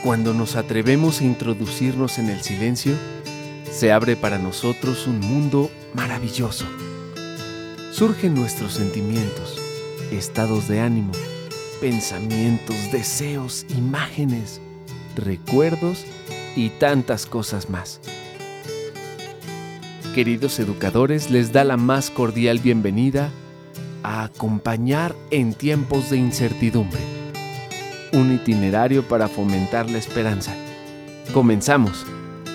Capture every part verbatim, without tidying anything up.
Cuando nos atrevemos a introducirnos en el silencio, se abre para nosotros un mundo maravilloso. Surgen nuestros sentimientos, estados de ánimo, pensamientos, deseos, imágenes, recuerdos y tantas cosas más. Queridos educadores, les da la más cordial bienvenida a Acompañar en tiempos de incertidumbre. Un itinerario para fomentar la esperanza. Comenzamos.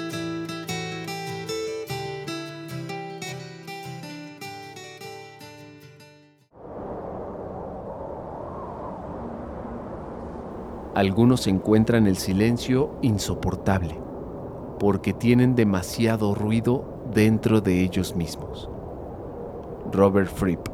Algunos encuentran el silencio insoportable porque tienen demasiado ruido dentro de ellos mismos. Robert Fripp.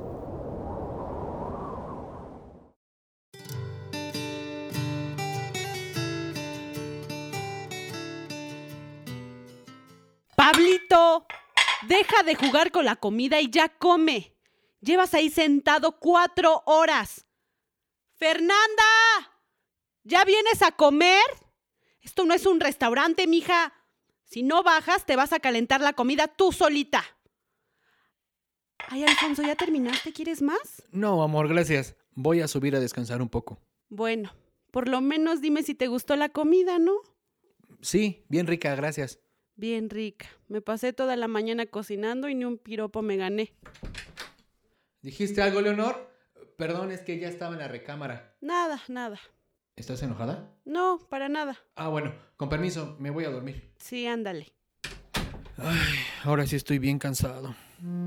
¡Pablito! Deja de jugar con la comida y ya come. Llevas ahí sentado cuatro horas. ¡Fernanda! ¿Ya vienes a comer? Esto no es un restaurante, mija. Si no bajas, te vas a calentar la comida tú solita. Ay, Alfonso, ¿ya terminaste? ¿Quieres más? No, amor, gracias. Voy a subir a descansar un poco. Bueno, por lo menos dime si te gustó la comida, ¿no? Sí, bien rica, gracias. Bien rica. Me pasé toda la mañana cocinando y ni un piropo me gané. ¿Dijiste algo, Leonor? Perdón, es que ya estaba en la recámara. Nada, nada. ¿Estás enojada? No, para nada. Ah, bueno, con permiso, me voy a dormir. Sí, ándale. Ay, ahora sí estoy bien cansado.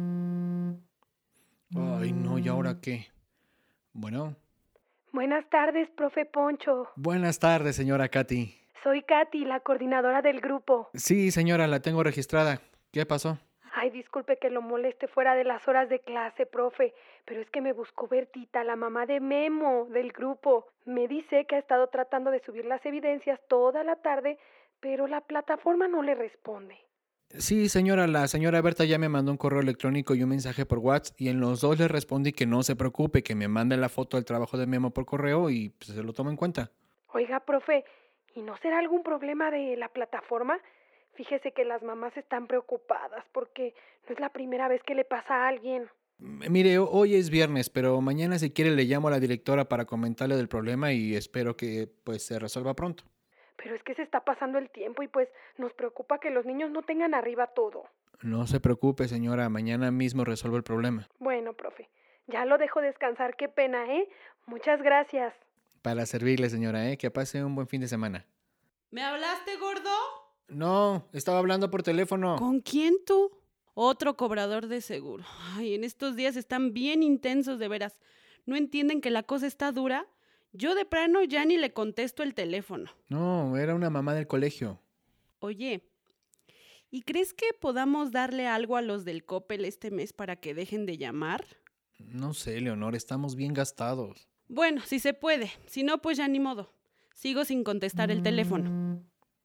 Ay, no, ¿y ahora qué? Bueno. Buenas tardes, profe Poncho. Buenas tardes, señora Katy. Soy Katy, la coordinadora del grupo. Sí, señora, la tengo registrada. ¿Qué pasó? Ay, disculpe que lo moleste fuera de las horas de clase, profe, pero es que me buscó Bertita, la mamá de Memo, del grupo. Me dice que ha estado tratando de subir las evidencias toda la tarde, pero la plataforma no le responde. Sí, señora, la señora Berta ya me mandó un correo electrónico y un mensaje por WhatsApp y en los dos le respondí que no se preocupe, que me mande la foto del trabajo de Memo por correo y pues, se lo tomo en cuenta. Oiga, profe, ¿y no será algún problema de la plataforma? Fíjese que las mamás están preocupadas porque no es la primera vez que le pasa a alguien. Mire, hoy es viernes, pero mañana si quiere le llamo a la directora para comentarle del problema y espero que pues se resuelva pronto. Pero es que se está pasando el tiempo y pues nos preocupa que los niños no tengan arriba todo. No se preocupe, señora, mañana mismo resuelvo el problema. Bueno, profe, ya lo dejo descansar, qué pena, ¿eh? Muchas gracias. Para servirle, señora, ¿eh? Que pase un buen fin de semana. ¿Me hablaste, gordo? No, estaba hablando por teléfono. ¿Con quién tú? Otro cobrador de seguro. Ay, en estos días están bien intensos, de veras. ¿No entienden que la cosa está dura? Yo de plano ya ni le contesto el teléfono. No, era una mamá del colegio. Oye, ¿y crees que podamos darle algo a los del Coppel este mes para que dejen de llamar? No sé, Leonor, estamos bien gastados. Bueno, si se puede. Si no, pues ya ni modo. Sigo sin contestar el teléfono.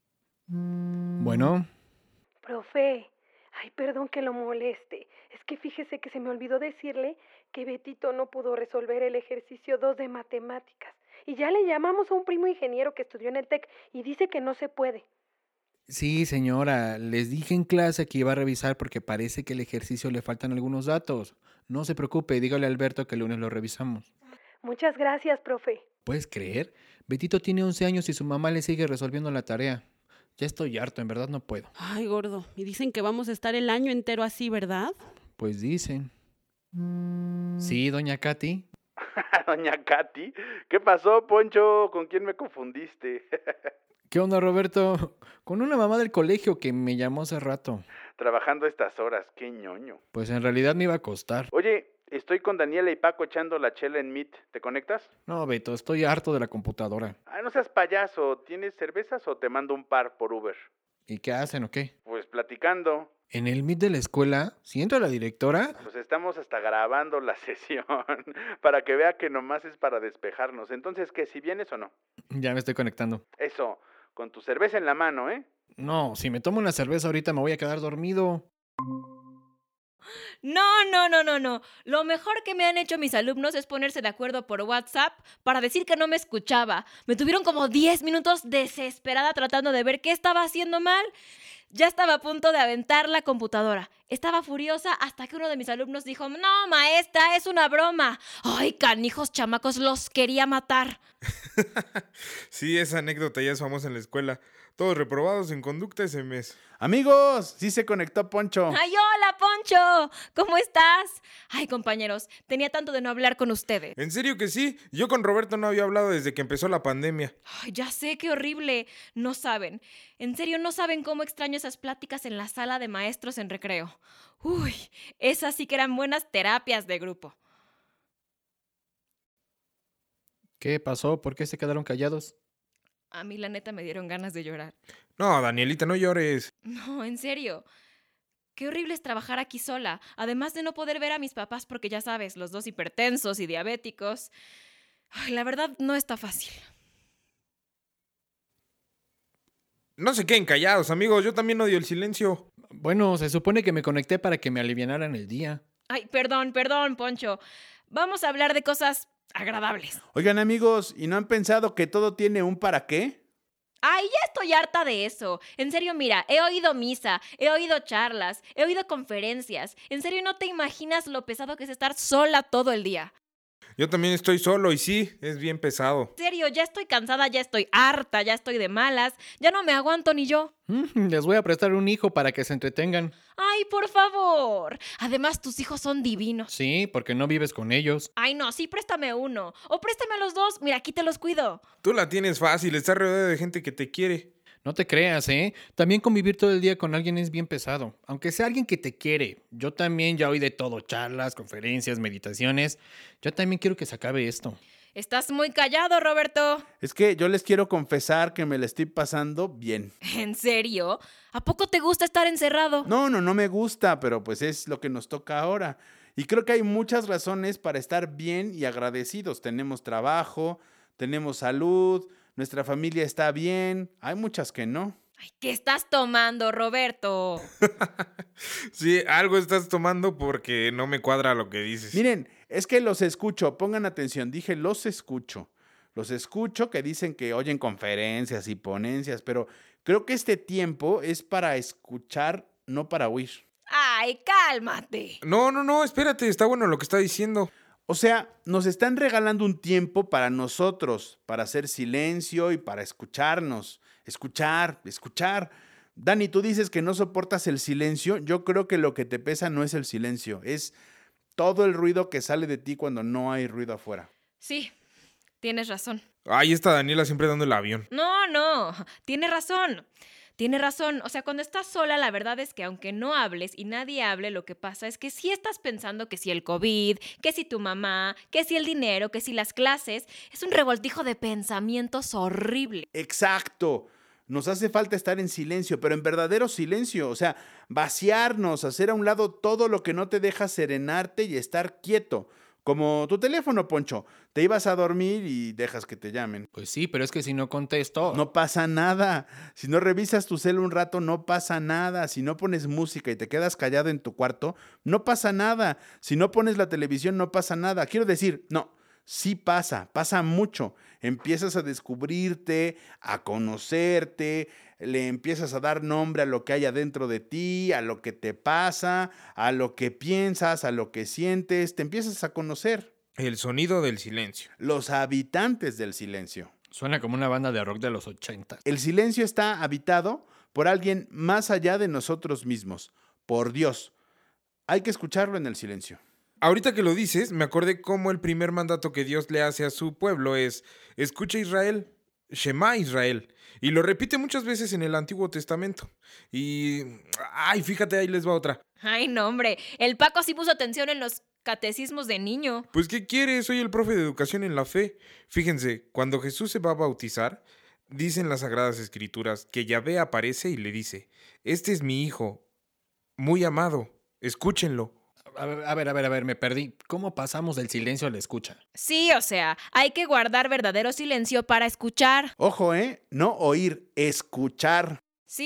Bueno. Profe, ay, perdón que lo moleste. Es que fíjese que se me olvidó decirle que Betito no pudo resolver el ejercicio dos de matemáticas. Y ya le llamamos a un primo ingeniero que estudió en el TEC y dice que no se puede. Sí, señora, les dije en clase que iba a revisar porque parece que el ejercicio le faltan algunos datos. No se preocupe, dígale a Alberto que el lunes lo revisamos. Muchas gracias, profe. ¿Puedes creer? Betito tiene once años y su mamá le sigue resolviendo la tarea. Ya estoy harto, en verdad no puedo. Ay, gordo, y dicen que vamos a estar el año entero así, ¿verdad? Pues dicen. Sí, doña Katy. Doña Katy, ¿qué pasó, Poncho? ¿Con quién me confundiste? ¿Qué onda, Roberto? Con una mamá del colegio que me llamó hace rato. Trabajando a estas horas, qué ñoño. Pues en realidad me iba a acostar. Oye, estoy con Daniela y Paco echando la chela en Meet. ¿Te conectas? No, Beto, estoy harto de la computadora. Ah, no seas payaso. ¿Tienes cervezas o te mando un par por Uber? ¿Y qué hacen o qué? Pues platicando. ¿En el Meet de la escuela? ¿Si entra la directora? Pues estamos hasta grabando la sesión para que vea que nomás es para despejarnos. Entonces, ¿qué? ¿Si vienes o no? Ya me estoy conectando. Eso, con tu cerveza en la mano, ¿eh? No, si me tomo una cerveza ahorita me voy a quedar dormido. No, no, no, no, no. Lo mejor que me han hecho mis alumnos es ponerse de acuerdo por WhatsApp para decir que no me escuchaba. Me tuvieron como diez minutos desesperada tratando de ver qué estaba haciendo mal. Ya estaba a punto de aventar la computadora. Estaba furiosa hasta que uno de mis alumnos dijo, no, maestra, es una broma. Ay, canijos chamacos, los quería matar. Sí, esa anécdota ya es famosa en la escuela. Todos reprobados en conducta ese mes. Amigos, sí se conectó Poncho. ¡Ay, hola, Poncho! ¿Cómo estás? Ay, compañeros, tenía tanto de no hablar con ustedes. ¿En serio que sí? Yo con Roberto no había hablado desde que empezó la pandemia. Ay, ya sé, qué horrible. No saben. En serio, no saben cómo extraño esas pláticas en la sala de maestros en recreo. Uy, esas sí que eran buenas terapias de grupo. ¿Qué pasó? ¿Por qué se quedaron callados? A mí la neta me dieron ganas de llorar. No, Danielita, no llores. No, en serio. Qué horrible es trabajar aquí sola, además de no poder ver a mis papás porque ya sabes, los dos hipertensos y diabéticos. Ay, la verdad no está fácil. No se queden callados, amigos. Yo también odio el silencio. Bueno, se supone que me conecté para que me alivianaran el día. Ay, perdón, perdón, Poncho. Vamos a hablar de cosas agradables. Oigan, amigos, ¿y no han pensado que todo tiene un para qué? Ay, ya estoy harta de eso. En serio, mira, he oído misa, he oído charlas, he oído conferencias. En serio, no te imaginas lo pesado que es estar sola todo el día. Yo también estoy solo y sí, es bien pesado. En serio, ya estoy cansada, ya estoy harta, ya estoy de malas, ya no me aguanto ni yo. Mm, Les voy a prestar un hijo para que se entretengan. Ay, por favor. Además, tus hijos son divinos. Sí, porque no vives con ellos. Ay, no, sí, préstame uno. O préstame a los dos. Mira, aquí te los cuido. Tú la tienes fácil, estás rodeado de gente que te quiere. No te creas, ¿eh? También convivir todo el día con alguien es bien pesado. Aunque sea alguien que te quiere. Yo también ya oí de todo, charlas, conferencias, meditaciones. Yo también quiero que se acabe esto. Estás muy callado, Roberto. Es que yo les quiero confesar que me la estoy pasando bien. ¿En serio? ¿A poco te gusta estar encerrado? No, no, no me gusta, pero pues es lo que nos toca ahora. Y creo que hay muchas razones para estar bien y agradecidos. Tenemos trabajo, tenemos salud, nuestra familia está bien. Hay muchas que no. Ay, ¿qué estás tomando, Roberto? Sí, algo estás tomando porque no me cuadra lo que dices. Miren, es que los escucho, pongan atención, dije los escucho. Los escucho que dicen que oyen conferencias y ponencias, pero creo que este tiempo es para escuchar, no para oír. Ay, cálmate. No, no, no, espérate, está bueno lo que está diciendo. O sea, nos están regalando un tiempo para nosotros, para hacer silencio y para escucharnos. Escuchar, escuchar. Dani, tú dices que no soportas el silencio. Yo creo que lo que te pesa no es el silencio, es todo el ruido que sale de ti cuando no hay ruido afuera. Sí, tienes razón. Ahí está Daniela siempre dando el avión. No, no, tienes razón. Tienes razón. O sea, cuando estás sola, la verdad es que aunque no hables y nadie hable, lo que pasa es que sí estás pensando que si el COVID, que si tu mamá, que si el dinero, que si las clases, es un revoltijo de pensamientos horrible. Exacto. Nos hace falta estar en silencio, pero en verdadero silencio. O sea, vaciarnos, hacer a un lado todo lo que no te deja serenarte y estar quieto. Como tu teléfono, Poncho. Te ibas a dormir y dejas que te llamen. Pues sí, pero es que si no contesto... No pasa nada. Si no revisas tu cel un rato, no pasa nada. Si no pones música y te quedas callado en tu cuarto, no pasa nada. Si no pones la televisión, no pasa nada. Quiero decir, no, sí pasa, pasa mucho. Empiezas a descubrirte, a conocerte, le empiezas a dar nombre a lo que hay adentro de ti, a lo que te pasa, a lo que piensas, a lo que sientes. Te empiezas a conocer. El sonido del silencio. Los habitantes del silencio. Suena como una banda de rock de los ochenta. El silencio está habitado por alguien más allá de nosotros mismos, por Dios. Hay que escucharlo en el silencio. Ahorita que lo dices, me acordé cómo el primer mandato que Dios le hace a su pueblo es: escucha Israel, Shema Israel. Y lo repite muchas veces en el Antiguo Testamento. Y... ay, fíjate, ahí les va otra. Ay, no, hombre. El Paco sí puso atención en los catecismos de niño. Pues, ¿qué quieres? Soy el profe de educación en la fe. Fíjense, cuando Jesús se va a bautizar, dicen las Sagradas Escrituras que Yahvé aparece y le dice: este es mi hijo, muy amado, escúchenlo. A ver, a ver, a ver, a ver, me perdí. ¿Cómo pasamos del silencio a la escucha? Sí, o sea, hay que guardar verdadero silencio para escuchar. Ojo, ¿eh? No oír, escuchar. Sí,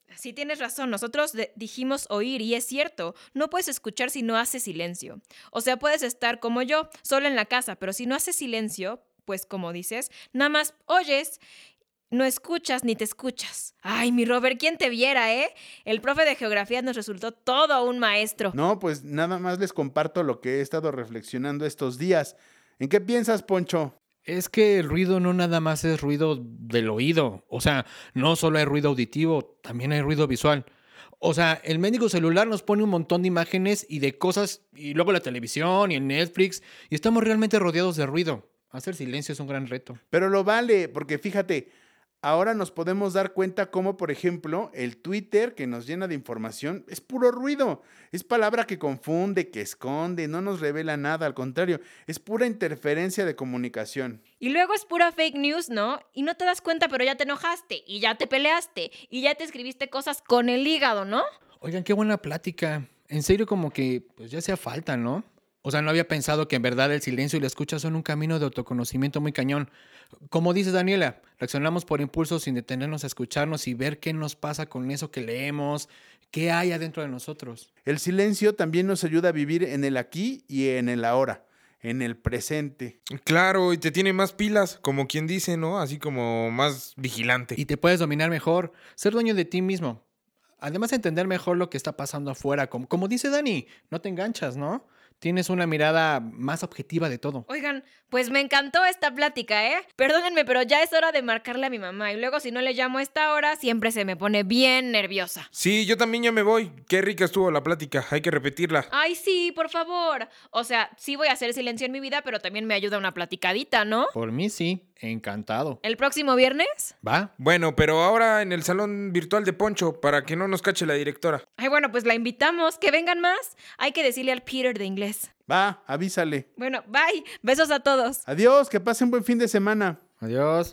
Sí, tienes razón. Nosotros de- dijimos oír y es cierto. No puedes escuchar si no haces silencio. O sea, puedes estar como yo, solo en la casa, pero si no haces silencio, pues como dices, nada más oyes, no escuchas ni te escuchas. Ay, mi Robert, ¿quién te viera, eh? El profe de geografía nos resultó todo un maestro. No, pues nada más les comparto lo que he estado reflexionando estos días. ¿En qué piensas, Poncho? Es que el ruido no nada más es ruido del oído. O sea, no solo hay ruido auditivo, también hay ruido visual. O sea, el mendigo celular nos pone un montón de imágenes y de cosas, y luego la televisión y el Netflix, y estamos realmente rodeados de ruido. Hacer silencio es un gran reto. Pero lo vale, porque fíjate, ahora nos podemos dar cuenta cómo, por ejemplo, el Twitter que nos llena de información es puro ruido. Es palabra que confunde, que esconde, no nos revela nada, al contrario, es pura interferencia de comunicación. Y luego es pura fake news, ¿no? Y no te das cuenta, pero ya te enojaste, y ya te peleaste, y ya te escribiste cosas con el hígado, ¿no? Oigan, qué buena plática. En serio, como que pues ya hacía falta, ¿no? O sea, no había pensado que en verdad el silencio y la escucha son un camino de autoconocimiento muy cañón. Como dice Daniela, reaccionamos por impulso sin detenernos a escucharnos y ver qué nos pasa con eso que leemos, qué hay adentro de nosotros. El silencio también nos ayuda a vivir en el aquí y en el ahora, en el presente. Claro, y te tiene más pilas, como quien dice, ¿no? Así como más vigilante. Y te puedes dominar mejor, ser dueño de ti mismo. Además, entender mejor lo que está pasando afuera. Como, como dice Dani, no te enganchas, ¿no? Tienes una mirada más objetiva de todo. Oigan, pues me encantó esta plática, ¿eh? Perdónenme, pero ya es hora de marcarle a mi mamá. Y luego si no le llamo a esta hora, siempre se me pone bien nerviosa. Sí, yo también ya me voy. Qué rica estuvo la plática, hay que repetirla. Ay, sí, por favor. O sea, sí voy a hacer silencio en mi vida, pero también me ayuda una platicadita, ¿no? Por mí sí, encantado. ¿El próximo viernes? ¿Va? Bueno, pero ahora en el salón virtual de Poncho, para que no nos cache la directora. Ay, bueno, pues la invitamos. Que vengan más. Hay que decirle al Peter de inglés. Va, avísale. Bueno, bye. Besos a todos. Adiós, que pasen buen fin de semana. Adiós.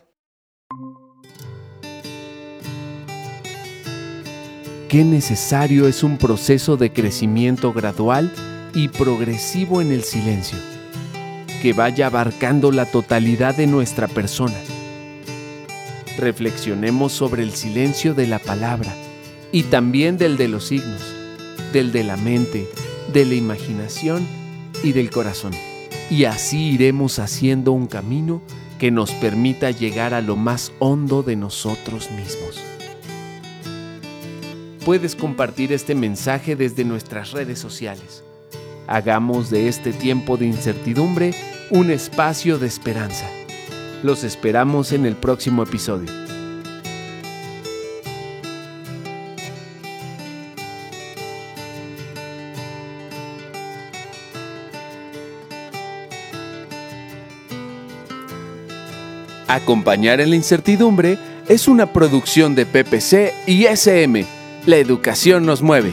Qué necesario es un proceso de crecimiento gradual y progresivo en el silencio, que vaya abarcando la totalidad de nuestra persona. Reflexionemos sobre el silencio de la palabra y también del de los signos, del de la mente, de la imaginación y del corazón. Y así iremos haciendo un camino que nos permita llegar a lo más hondo de nosotros mismos. Puedes compartir este mensaje desde nuestras redes sociales. Hagamos de este tiempo de incertidumbre un espacio de esperanza. Los esperamos en el próximo episodio. Acompañar en la incertidumbre es una producción de P P C y S M. La educación nos mueve.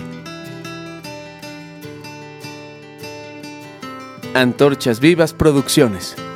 Antorchas Vivas Producciones.